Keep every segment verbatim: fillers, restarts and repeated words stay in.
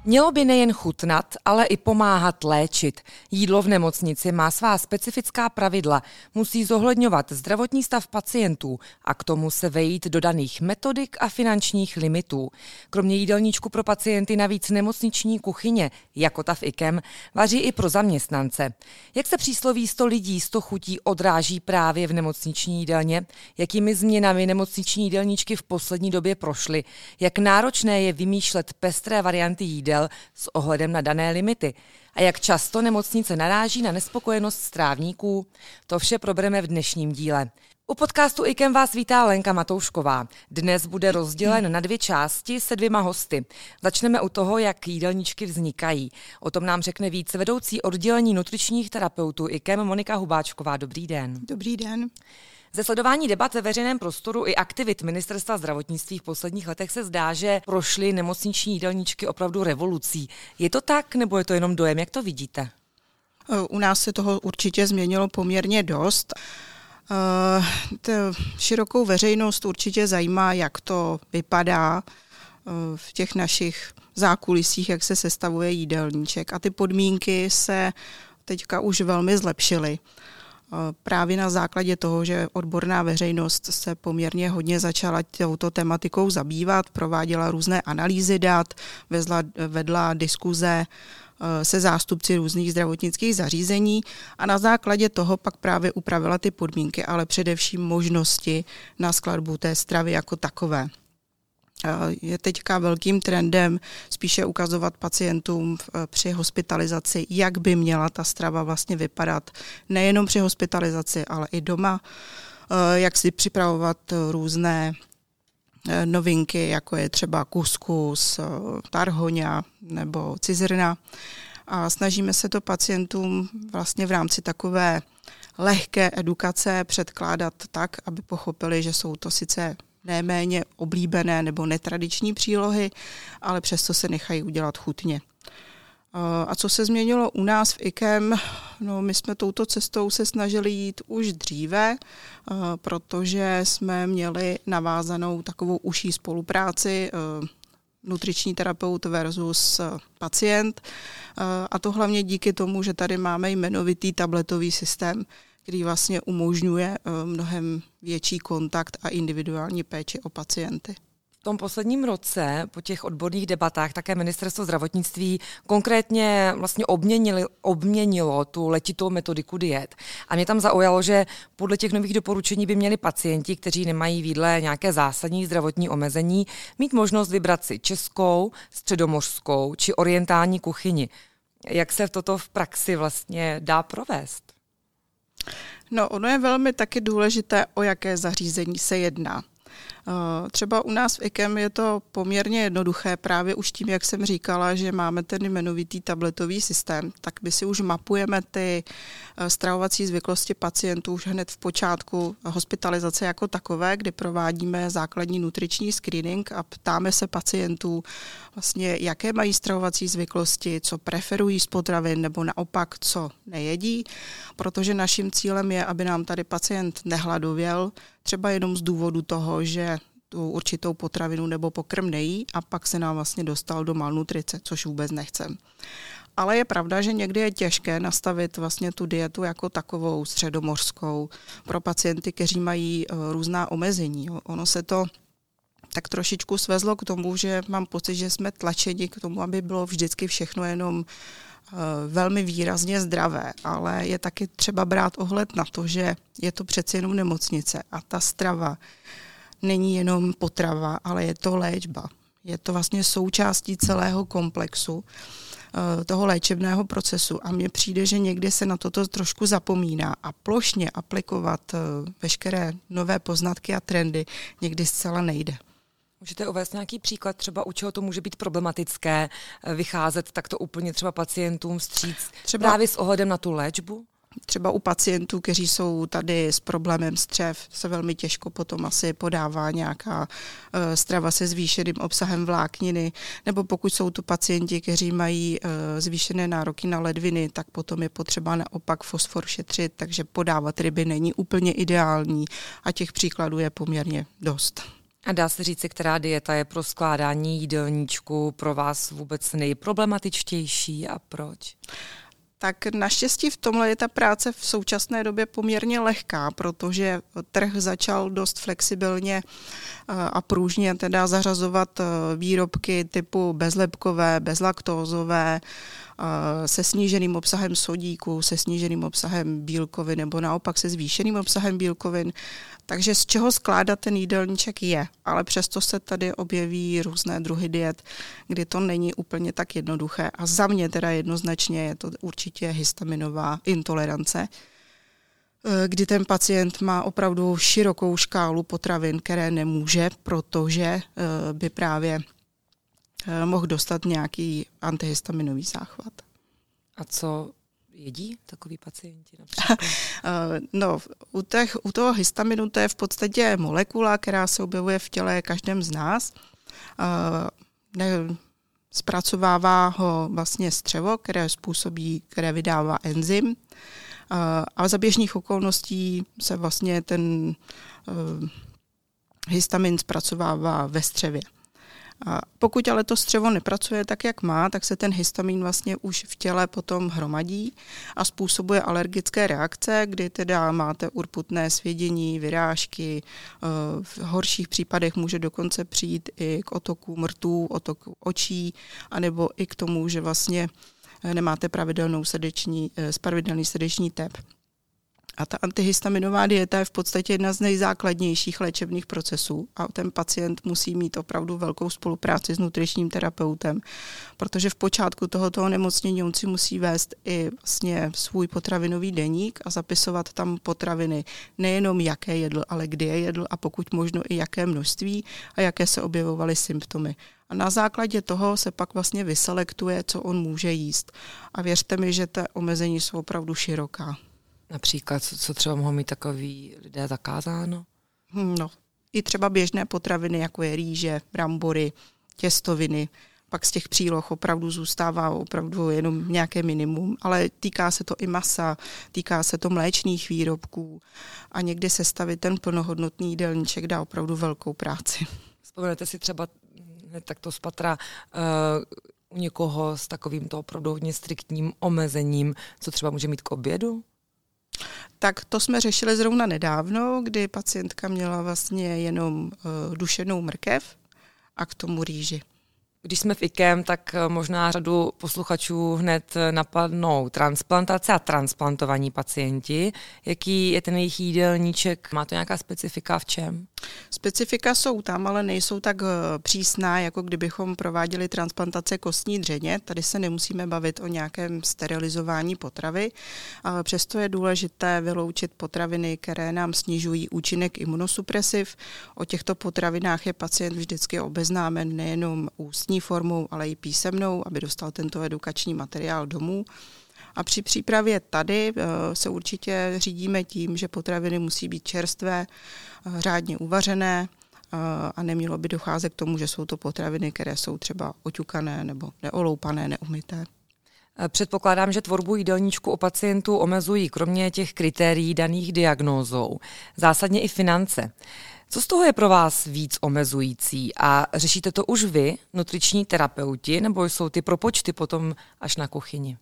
Mělo by nejen chutnat, ale i pomáhat léčit. Jídlo v nemocnici má svá specifická pravidla, musí zohledňovat zdravotní stav pacientů a k tomu se vejít do daných metodik a finančních limitů. Kromě jídelníčku pro pacienty navíc nemocniční kuchyně, jako ta v IKEM, vaří i pro zaměstnance. Jak se přísloví sto lidí, sto chutí odráží právě v nemocniční jídelně? Jakými změnami nemocniční jídelníčky v poslední době prošly? Jak náročné je vymýšlet pestré varianty jídel s ohledem na dané limity? A jak často nemocnice naráží na nespokojenost strávníků? To vše probereme v dnešním díle. U podcastu IKEM vás vítá Lenka Matoušková. Dnes bude rozdělen na dvě části se dvěma hosty. Začneme u toho, jak jídelníčky vznikají. O tom nám řekne víc vedoucí oddělení nutričních terapeutů IKEM Monika Hubáčková. Dobrý den. Dobrý den. Ze sledování debat ve veřejném prostoru i aktivit Ministerstva zdravotnictví v posledních letech se zdá, že prošly nemocniční jídelníčky opravdu revolucí. Je to tak, nebo je to jenom dojem? Jak to vidíte? U nás se toho určitě změnilo poměrně dost. Širokou veřejnost určitě zajímá, jak to vypadá v těch našich zákulisích, jak se sestavuje jídelníček. A ty podmínky se teďka už velmi zlepšily. Právě na základě toho, že odborná veřejnost se poměrně hodně začala touto tematikou zabývat, prováděla různé analýzy dat, vezla, vedla diskuze se zástupci různých zdravotnických zařízení a na základě toho pak právě upravila ty podmínky, ale především možnosti na skladbu té stravy jako takové. Je teďka velkým trendem spíše ukazovat pacientům při hospitalizaci, jak by měla ta strava vlastně vypadat, nejenom při hospitalizaci, ale i doma, jak si připravovat různé novinky, jako je třeba kuskus, tarhoňa nebo cizrna. A snažíme se to pacientům vlastně v rámci takové lehké edukace předkládat tak, aby pochopili, že jsou to sice neméně oblíbené nebo netradiční přílohy, ale přesto se nechají udělat chutně. A co se změnilo u nás v IKEM? No, my jsme touto cestou se snažili jít už dříve, protože jsme měli navázanou takovou užší spolupráci nutriční terapeut versus pacient. A to hlavně díky tomu, že tady máme jmenovitý tabletový systém, který vlastně umožňuje mnohem větší kontakt a individuální péči o pacienty. V tom posledním roce po těch odborných debatách také Ministerstvo zdravotnictví konkrétně vlastně obměnilo, obměnilo tu letitou metodiku diet. A mě tam zaujalo, že podle těch nových doporučení by měli pacienti, kteří nemají v jídle nějaké zásadní zdravotní omezení, mít možnost vybrat si českou, středomořskou či orientální kuchyni. Jak se toto v praxi vlastně dá provést? No, ono je velmi taky důležité, o jaké zařízení se jedná. Třeba u nás v IKEM je to poměrně jednoduché, právě už tím, jak jsem říkala, že máme ten jmenovitý tabletový systém, tak my si už mapujeme ty stravovací zvyklosti pacientů už hned v počátku hospitalizace jako takové, kdy provádíme základní nutriční screening a ptáme se pacientů vlastně, jaké mají stravovací zvyklosti, co preferují z potravin nebo naopak, co nejedí, protože naším cílem je, aby nám tady pacient nehladověl, třeba jenom z důvodu toho, že tu určitou potravinu nebo pokrm nejí a pak se nám vlastně dostal do malnutrice, což vůbec nechcem. Ale je pravda, že někdy je těžké nastavit vlastně tu dietu jako takovou středomořskou pro pacienty, kteří mají různá omezení. Ono se to tak trošičku svezlo k tomu, že mám pocit, že jsme tlačeni k tomu, aby bylo vždycky všechno jenom velmi výrazně zdravé, ale je taky třeba brát ohled na to, že je to přeci jenom nemocnice a ta strava není jenom potrava, ale je to léčba. Je to vlastně součástí celého komplexu toho léčebného procesu a mně přijde, že někdy se na toto trošku zapomíná a plošně aplikovat veškeré nové poznatky a trendy někdy zcela nejde. Můžete uvést nějaký příklad, třeba u čeho to může být problematické vycházet takto úplně třeba pacientům vstříc třeba právě s ohledem na tu léčbu? Třeba u pacientů, kteří jsou tady s problémem střev, se velmi těžko potom asi podává nějaká uh, strava se zvýšeným obsahem vlákniny, nebo pokud jsou tu pacienti, kteří mají uh, zvýšené nároky na ledviny, tak potom je potřeba naopak fosfor šetřit, takže podávat ryby není úplně ideální a těch příkladů je poměrně dost. A dá se říci, která dieta je pro skládání jídelníčku pro vás vůbec nejproblematičtější a proč? Tak naštěstí v tomhle je ta práce v současné době poměrně lehká, protože trh začal dost flexibilně a pružně teda zařazovat výrobky typu bezlepkové, bezlaktózové, se sníženým obsahem sodíku, se sníženým obsahem bílkovin nebo naopak se zvýšeným obsahem bílkovin. Takže z čeho skládat ten jídelníček je, ale přesto se tady objeví různé druhy diet, kdy to není úplně tak jednoduché. A za mě teda jednoznačně je to určitě histaminová intolerance, kdy ten pacient má opravdu širokou škálu potravin, které nemůže, protože by právě mohl dostat nějaký antihistaminový záchvat. A co jedí takový pacienti například? No, u, těch, u toho histaminu to je v podstatě molekula, která se objevuje v těle každém z nás. Ne, zpracovává ho vlastně střevo, které způsobí, které vydává enzym. A za běžných okolností se vlastně ten histamin zpracovává ve střevě. A pokud ale to střevo nepracuje tak, jak má, tak se ten histamin vlastně už v těle potom hromadí a způsobuje alergické reakce, kdy teda máte urputné svědění, vyrážky, v horších případech může dokonce přijít i k otoku rtů, otoku očí, anebo i k tomu, že vlastně nemáte pravidelnou srdeční, pravidelný srdeční tep. A ta antihistaminová dieta je v podstatě jedna z nejzákladnějších léčebných procesů a ten pacient musí mít opravdu velkou spolupráci s nutričním terapeutem, protože v počátku tohoto onemocnění on si musí vést i vlastně svůj potravinový deník a zapisovat tam potraviny, nejenom jaké jedl, ale kdy je jedl a pokud možno i jaké množství a jaké se objevovaly symptomy. A na základě toho se pak vlastně vyselektuje, co on může jíst. A věřte mi, že ta omezení jsou opravdu široká. Například, co třeba mohou mít takový lidé zakázáno? No, i třeba běžné potraviny, jako je rýže, brambory, těstoviny. Pak z těch příloh opravdu zůstává opravdu jenom nějaké minimum, ale týká se to i masa, týká se to mléčných výrobků a někdy sestavit ten plnohodnotný jídelníček dá opravdu velkou práci. Vzpomenete si třeba takto z patra uh, u někoho s takovýmto opravdu hodně striktním omezením, co třeba může mít k obědu? Tak to jsme řešili zrovna nedávno, kdy pacientka měla vlastně jenom uh, dušenou mrkev a k tomu rýži. Když jsme v I K E M, tak možná řadu posluchačů hned napadnou transplantace a transplantovaní pacienti. Jaký je ten jejich jídelníček? Má to nějaká specifika v čem? Specifika jsou tam, ale nejsou tak přísná, jako kdybychom prováděli transplantace kostní dřeně. Tady se nemusíme bavit o nějakém sterilizování potravy, ale přesto je důležité vyloučit potraviny, které nám snižují účinek imunosupresiv. O těchto potravinách je pacient vždycky obeznámen nejenom ústní formou, ale i písemnou, aby dostal tento edukační materiál domů. A při přípravě tady se určitě řídíme tím, že potraviny musí být čerstvé, řádně uvařené a nemělo by docházet k tomu, že jsou to potraviny, které jsou třeba oťukané nebo neoloupané, neumyté. Předpokládám, že tvorbu jídelníčku u pacientů omezují kromě těch kritérií daných diagnózou zásadně i finance. Co z toho je pro vás víc omezující a řešíte to už vy, nutriční terapeuti, nebo jsou ty propočty potom až na kuchyni?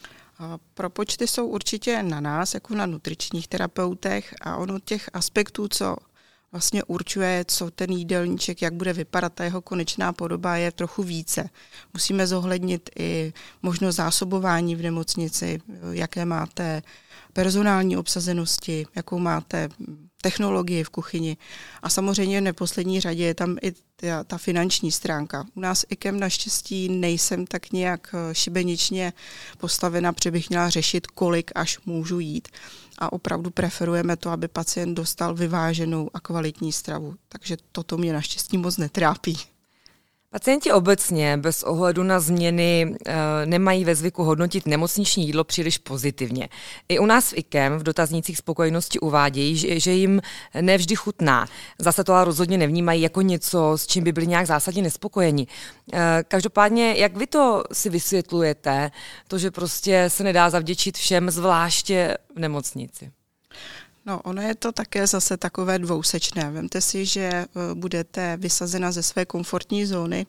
Propočty jsou určitě na nás, jako na nutričních terapeutech a ono těch aspektů, co vlastně určuje, co ten jídelníček, jak bude vypadat ta jeho konečná podoba, je trochu více. Musíme zohlednit i možnost zásobování v nemocnici, jaké máte personální obsazenosti, jakou máte technologii v kuchyni. A samozřejmě v neposlední řadě je tam i ta, ta finanční stránka. U nás I K E M naštěstí nejsem tak nějak šibeničně postavena, protože bych měla řešit, kolik až můžu jít. A opravdu preferujeme to, aby pacient dostal vyváženou a kvalitní stravu. Takže toto mě naštěstí moc netrápí. Pacienti obecně bez ohledu na změny e, nemají ve zvyku hodnotit nemocniční jídlo příliš pozitivně. I u nás v I K E M v dotaznících spokojenosti uvádějí, že, že jim nevždy chutná. Zase to ale rozhodně nevnímají jako něco, s čím by byli nějak zásadně nespokojeni. E, každopádně, jak vy to si vysvětlujete, to, že prostě se nedá zavděčit všem, zvláště v nemocnici? No, ono je to také zase takové dvousečné. Vemte si, že budete vysazena ze své komfortní zóny,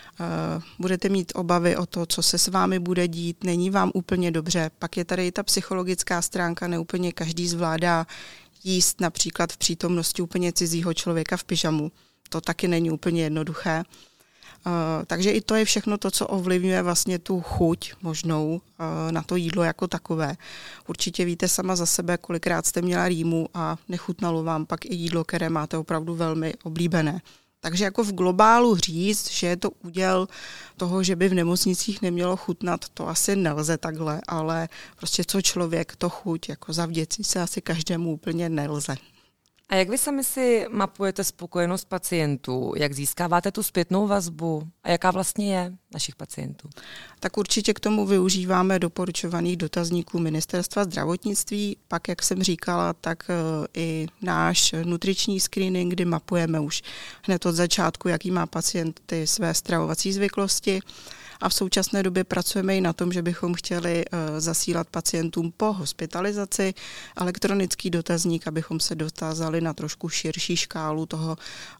budete mít obavy o to, co se s vámi bude dít, není vám úplně dobře. Pak je tady i ta psychologická stránka, neúplně každý zvládá jíst například v přítomnosti úplně cizího člověka v pyžamu. To taky není úplně jednoduché. Uh, takže i to je všechno to, co ovlivňuje vlastně tu chuť možnou uh, na to jídlo jako takové. Určitě víte sama za sebe, kolikrát jste měla rýmu a nechutnalo vám pak i jídlo, které máte opravdu velmi oblíbené. Takže jako v globálu říct, že je to úděl toho, že by v nemocnicích nemělo chutnat, to asi nelze takhle, ale prostě co člověk, to chuť, jako zavděčit se asi každému úplně nelze. A jak vy sami si mapujete spokojenost pacientů? Jak získáváte tu zpětnou vazbu? A jaká vlastně je našich pacientů? Tak určitě k tomu využíváme doporučovaných dotazníků Ministerstva zdravotnictví. Pak, jak jsem říkala, tak i náš nutriční screening, kdy mapujeme už hned od začátku, jaký má pacient ty své stravovací zvyklosti. A v současné době pracujeme i na tom, že bychom chtěli zasílat pacientům po hospitalizaci elektronický dotazník, abychom se dotázali na trošku širší škálu toho,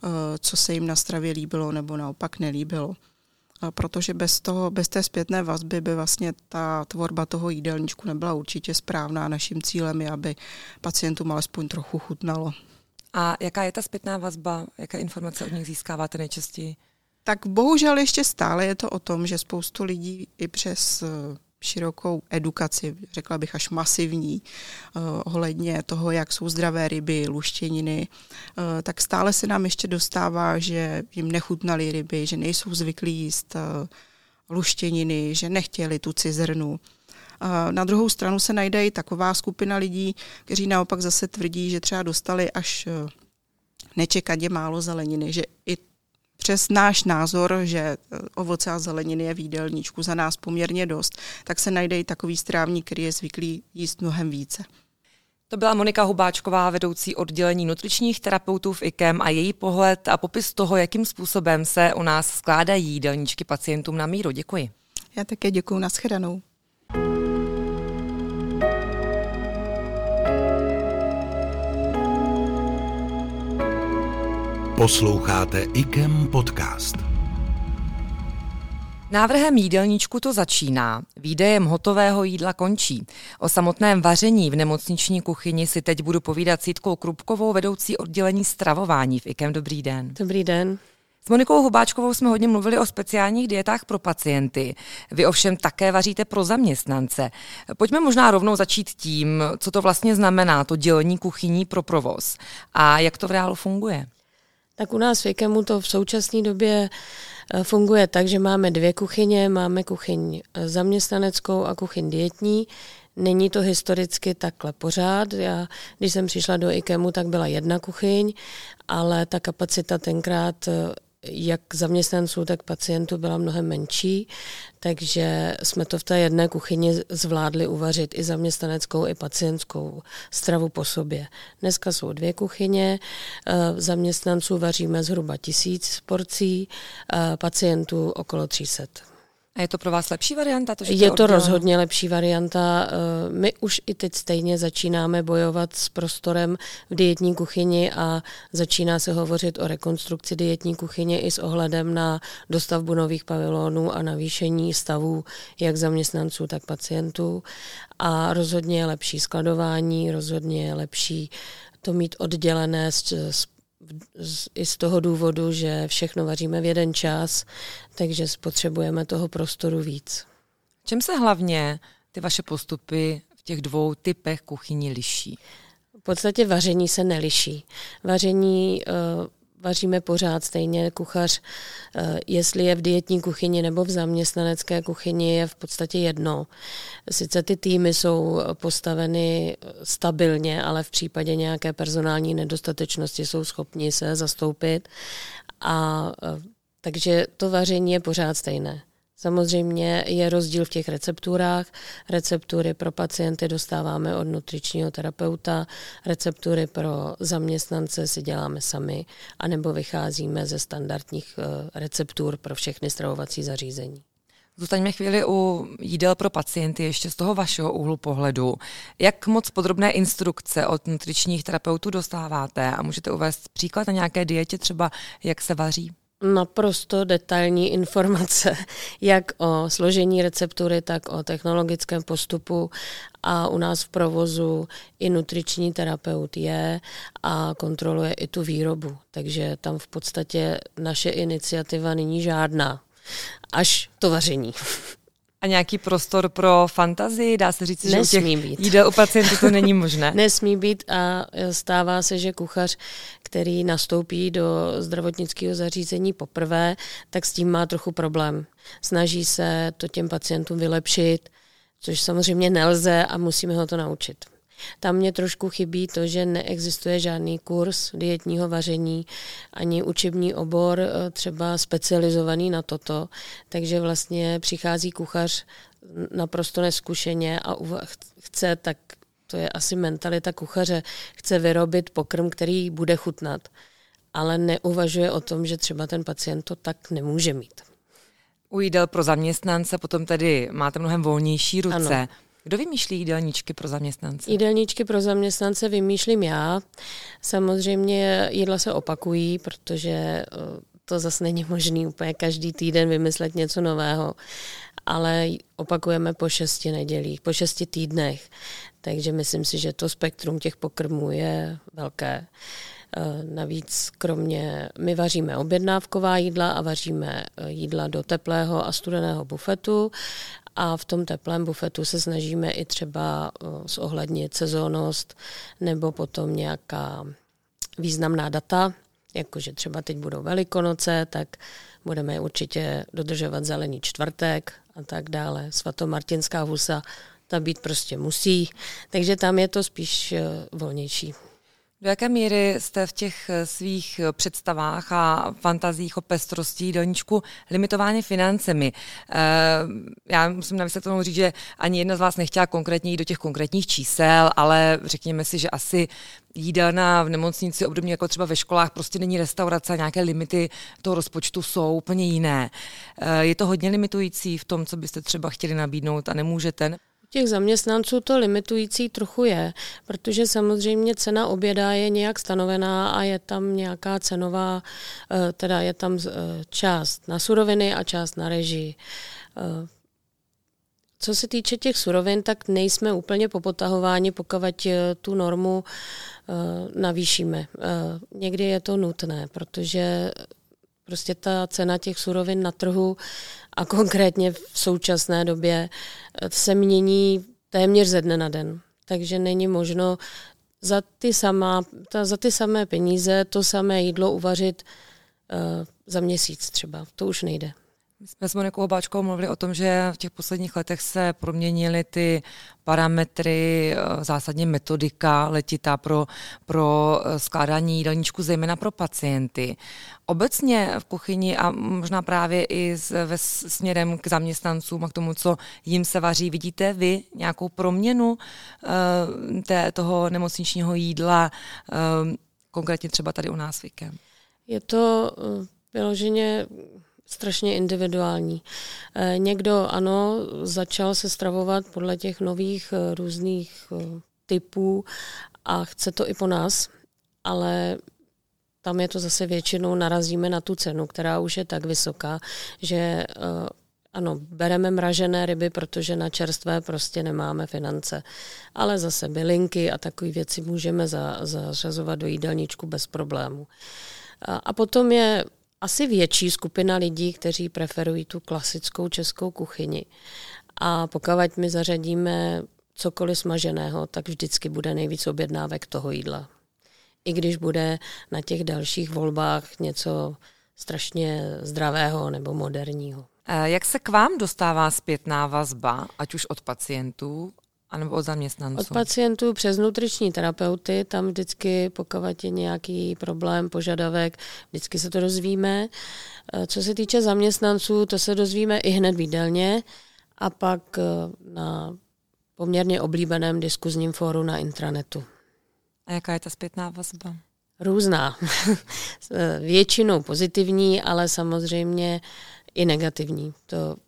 co se jim na stravě líbilo nebo naopak nelíbilo. Protože bez toho, bez té zpětné vazby by vlastně ta tvorba toho jídelníčku nebyla určitě správná. Naším cílem je, aby pacientům alespoň trochu chutnalo. A jaká je ta zpětná vazba? Jaké informace od nich získáváte nejčastěji? Tak bohužel ještě stále je to o tom, že spoustu lidí i přes širokou edukaci, řekla bych až masivní, uh, ohledně toho, jak jsou zdravé ryby, luštěniny, uh, tak stále se nám ještě dostává, že jim nechutnaly ryby, že nejsou zvyklí jíst uh, luštěniny, že nechtěli tu cizrnu. Uh, na druhou stranu se najde i taková skupina lidí, kteří naopak zase tvrdí, že třeba dostali až uh, nečekaně málo zeleniny, že i přes náš názor, že ovoce a zeleniny je v jídelníčku za nás poměrně dost, tak se najde i takový strávník, který je zvyklý jíst mnohem více. To byla Monika Hubáčková, vedoucí oddělení nutričních terapeutů v I K E M a její pohled a popis toho, jakým způsobem se u nás skládají jídelníčky pacientům na míru. Děkuji. Já také děkuji, nashledanou. Posloucháte I K E M podcast. Návrhem jídelníčku to začíná, výdejem hotového jídla končí. O samotném vaření v nemocniční kuchyni si teď budu povídat s Jitkou Krupkovou, vedoucí oddělení stravování v I K E M. Dobrý den. Dobrý den. S Monikou Hubáčkovou jsme hodně mluvili o speciálních dietách pro pacienty. Vy ovšem také vaříte pro zaměstnance. Pojďme možná rovnou začít tím, co to vlastně znamená, to dělení kuchyní pro provoz a jak to v reálu funguje. Tak u nás v I K E M u to v současné době funguje tak, že máme dvě kuchyně, máme kuchyň zaměstnaneckou a kuchyň dietní. Není to historicky takhle pořád. Já, když jsem přišla do I K E M u, tak byla jedna kuchyň, ale ta kapacita tenkrát jak zaměstnanců, tak pacientů byla mnohem menší, takže jsme to v té jedné kuchyni zvládli uvařit i zaměstnaneckou, i pacientskou stravu po sobě. Dneska jsou dvě kuchyně, zaměstnanců vaříme zhruba tisíc porcí, pacientů okolo tři sta. A je to pro vás lepší varianta? To, že je to odděleno? rozhodně lepší varianta. My už i teď stejně začínáme bojovat s prostorem v dietní kuchyni a začíná se hovořit o rekonstrukci dietní kuchyně i s ohledem na dostavbu nových pavilonů a navýšení stavů jak zaměstnanců, tak pacientů. A rozhodně je lepší skladování, rozhodně je lepší to mít oddělené s, s i z toho důvodu, že všechno vaříme v jeden čas, takže spotřebujeme toho prostoru víc. Čem se hlavně ty vaše postupy v těch dvou typech kuchyní liší? V podstatě vaření se neliší. Vaření uh, vaříme pořád stejně. Kuchař, uh, jestli je v dietní kuchyni nebo v zaměstnanecké kuchyni, je v podstatě jedno. Sice ty týmy jsou postaveny stabilně, ale v případě nějaké personální nedostatečnosti jsou schopni se zastoupit. A uh, takže to vaření je pořád stejné. Samozřejmě je rozdíl v těch recepturách. Receptury pro pacienty dostáváme od nutričního terapeuta, receptury pro zaměstnance si děláme sami, anebo vycházíme ze standardních receptur pro všechny stravovací zařízení. Zůstaňme chvíli u jídel pro pacienty ještě z toho vašeho úhlu pohledu. Jak moc podrobné instrukce od nutričních terapeutů dostáváte a můžete uvést příklad na nějaké dietě třeba, jak se vaří? Naprosto detailní informace, jak o složení receptury, tak o technologickém postupu a u nás v provozu i nutriční terapeut je a kontroluje i tu výrobu. Takže tam v podstatě naše iniciativa není žádná, až to vaření. A nějaký prostor pro fantazii? Dá se říct, že Nesmí u těch být. jídel u pacientů to není možné? Nesmí být a stává se, že kuchař, který nastoupí do zdravotnického zařízení poprvé, tak s tím má trochu problém. Snaží se to těm pacientům vylepšit, což samozřejmě nelze a musíme ho to naučit. Tam mě trošku chybí to, že neexistuje žádný kurz dietního vaření, ani učební obor třeba specializovaný na toto, takže vlastně přichází kuchař naprosto neskušeně a chce, tak to je asi mentalita kuchaře, chce vyrobit pokrm, který bude chutnat, ale neuvažuje o tom, že třeba ten pacient to tak nemůže mít. U jídel pro zaměstnance potom tedy máte mnohem volnější ruce. Ano. Kdo vymýšlí jídelníčky pro zaměstnance? Jídelníčky pro zaměstnance vymýšlím já. Samozřejmě jídla se opakují, protože to zase není možný úplně každý týden vymyslet něco nového, ale opakujeme po šesti nedělích, po šesti týdnech. Takže myslím si, že to spektrum těch pokrmů je velké. Navíc kromě, my vaříme objednávková jídla a vaříme jídla do teplého a studeného bufetu a v tom teplém bufetu se snažíme i třeba zohlednit sezónnost nebo potom nějaká významná data, jakože třeba teď budou Velikonoce, tak budeme určitě dodržovat zelený čtvrtek a tak dále. Svatomartinská husa, ta být prostě musí, takže tam je to spíš volnější. Do jaké míry jste v těch svých představách a fantazích o pestrosti jídelníčku limitováni financemi? Já musím na vysvětlenou říct, že ani jedna z vás nechtěla konkrétně jít do těch konkrétních čísel, ale řekněme si, že asi jídelna v nemocnici, obdobně jako třeba ve školách, prostě není restaurace a nějaké limity toho rozpočtu jsou úplně jiné. Je to hodně limitující v tom, co byste třeba chtěli nabídnout a nemůžete? Těch zaměstnanců to limitující trochu je, protože samozřejmě cena oběda je nějak stanovená a je tam nějaká cenová, teda je tam část na suroviny a část na režii. Co se týče těch surovin, tak nejsme úplně popotahováni, pokud tu normu navýšíme. Někdy je to nutné, protože prostě ta cena těch surovin na trhu a konkrétně v současné době se mění téměř ze dne na den. Takže není možno za ty, sama, ta, za ty samé peníze to samé jídlo uvařit uh, za měsíc třeba. To už nejde. My jsme s Monikou Hobáčkou mluvili o tom, že v těch posledních letech se proměnily ty parametry, zásadně metodika letitá pro, pro skládání jídelníčku, zejména pro pacienty. Obecně v kuchyni a možná právě i s, ve směrem k zaměstnancům a k tomu, co jim se vaří, vidíte vy nějakou proměnu uh, té, toho nemocničního jídla, uh, konkrétně třeba tady u nás v IKEM? Je to uh, vyloženě strašně individuální. Někdo, ano, začal se stravovat podle těch nových různých typů a chce to i po nás, ale tam je to zase většinou narazíme na tu cenu, která už je tak vysoká, že ano, bereme mražené ryby, protože na čerstvé prostě nemáme finance, ale zase bylinky a takové věci můžeme zařazovat do jídelníčku bez problému. A potom je asi větší skupina lidí, kteří preferují tu klasickou českou kuchyni. A pokud my zařadíme cokoliv smaženého, tak vždycky bude nejvíc objednávek toho jídla. I když bude na těch dalších volbách něco strašně zdravého nebo moderního. Jak se k vám dostává zpětná vazba, ať už od pacientů, anebo od zaměstnanců? Od pacientů přes nutriční terapeuty, tam vždycky, pokud je nějaký problém, požadavek, vždycky se to dozvíme. Co se týče zaměstnanců, to se dozvíme i hned v jídelně a pak na poměrně oblíbeném diskuzním fóru na intranetu. A jaká je ta zpětná vazba? Různá. Většinou pozitivní, ale samozřejmě i negativní. To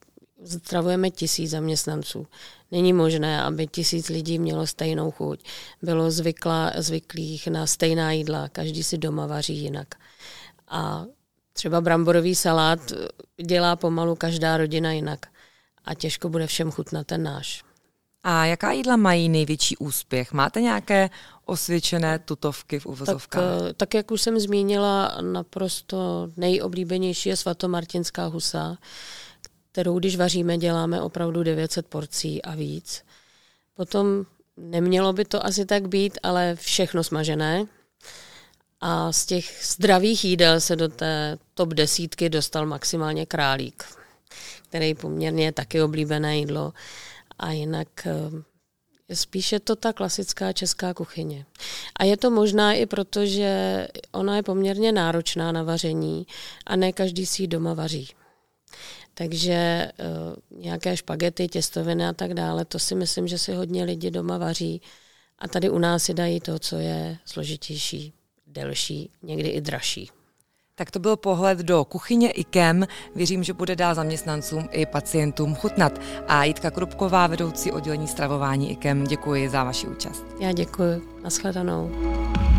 stravujeme tisíc zaměstnanců. Není možné, aby tisíc lidí mělo stejnou chuť. Bylo zvykla, zvyklých na stejná jídla, každý si doma vaří jinak. A třeba bramborový salát dělá pomalu každá rodina jinak. A těžko bude všem chutnat ten náš. A jaká jídla mají největší úspěch? Máte nějaké osvědčené tutovky v uvozovkách? Tak, tak jak už jsem zmínila, naprosto nejoblíbenější je svatomartinská husa, kterou když vaříme, děláme opravdu devět set porcí a víc. Potom nemělo by to asi tak být, ale všechno smažené. A z těch zdravých jídel se do té top desítky dostal maximálně králík, který poměrně je taky oblíbené jídlo. A jinak spíše to ta klasická česká kuchyně. A je to možná i proto, že ona je poměrně náročná na vaření a ne každý si ji doma vaří. Takže uh, nějaké špagety, těstoviny a tak dále, to si myslím, že si hodně lidi doma vaří. A tady u nás si dají to, co je složitější, delší, někdy i dražší. Tak to byl pohled do kuchyně IKEM. Věřím, že bude dál zaměstnancům i pacientům chutnat. A Jitka Krupková, vedoucí oddělení stravování IKEM, děkuji za vaši účast. Já děkuji. Nashledanou.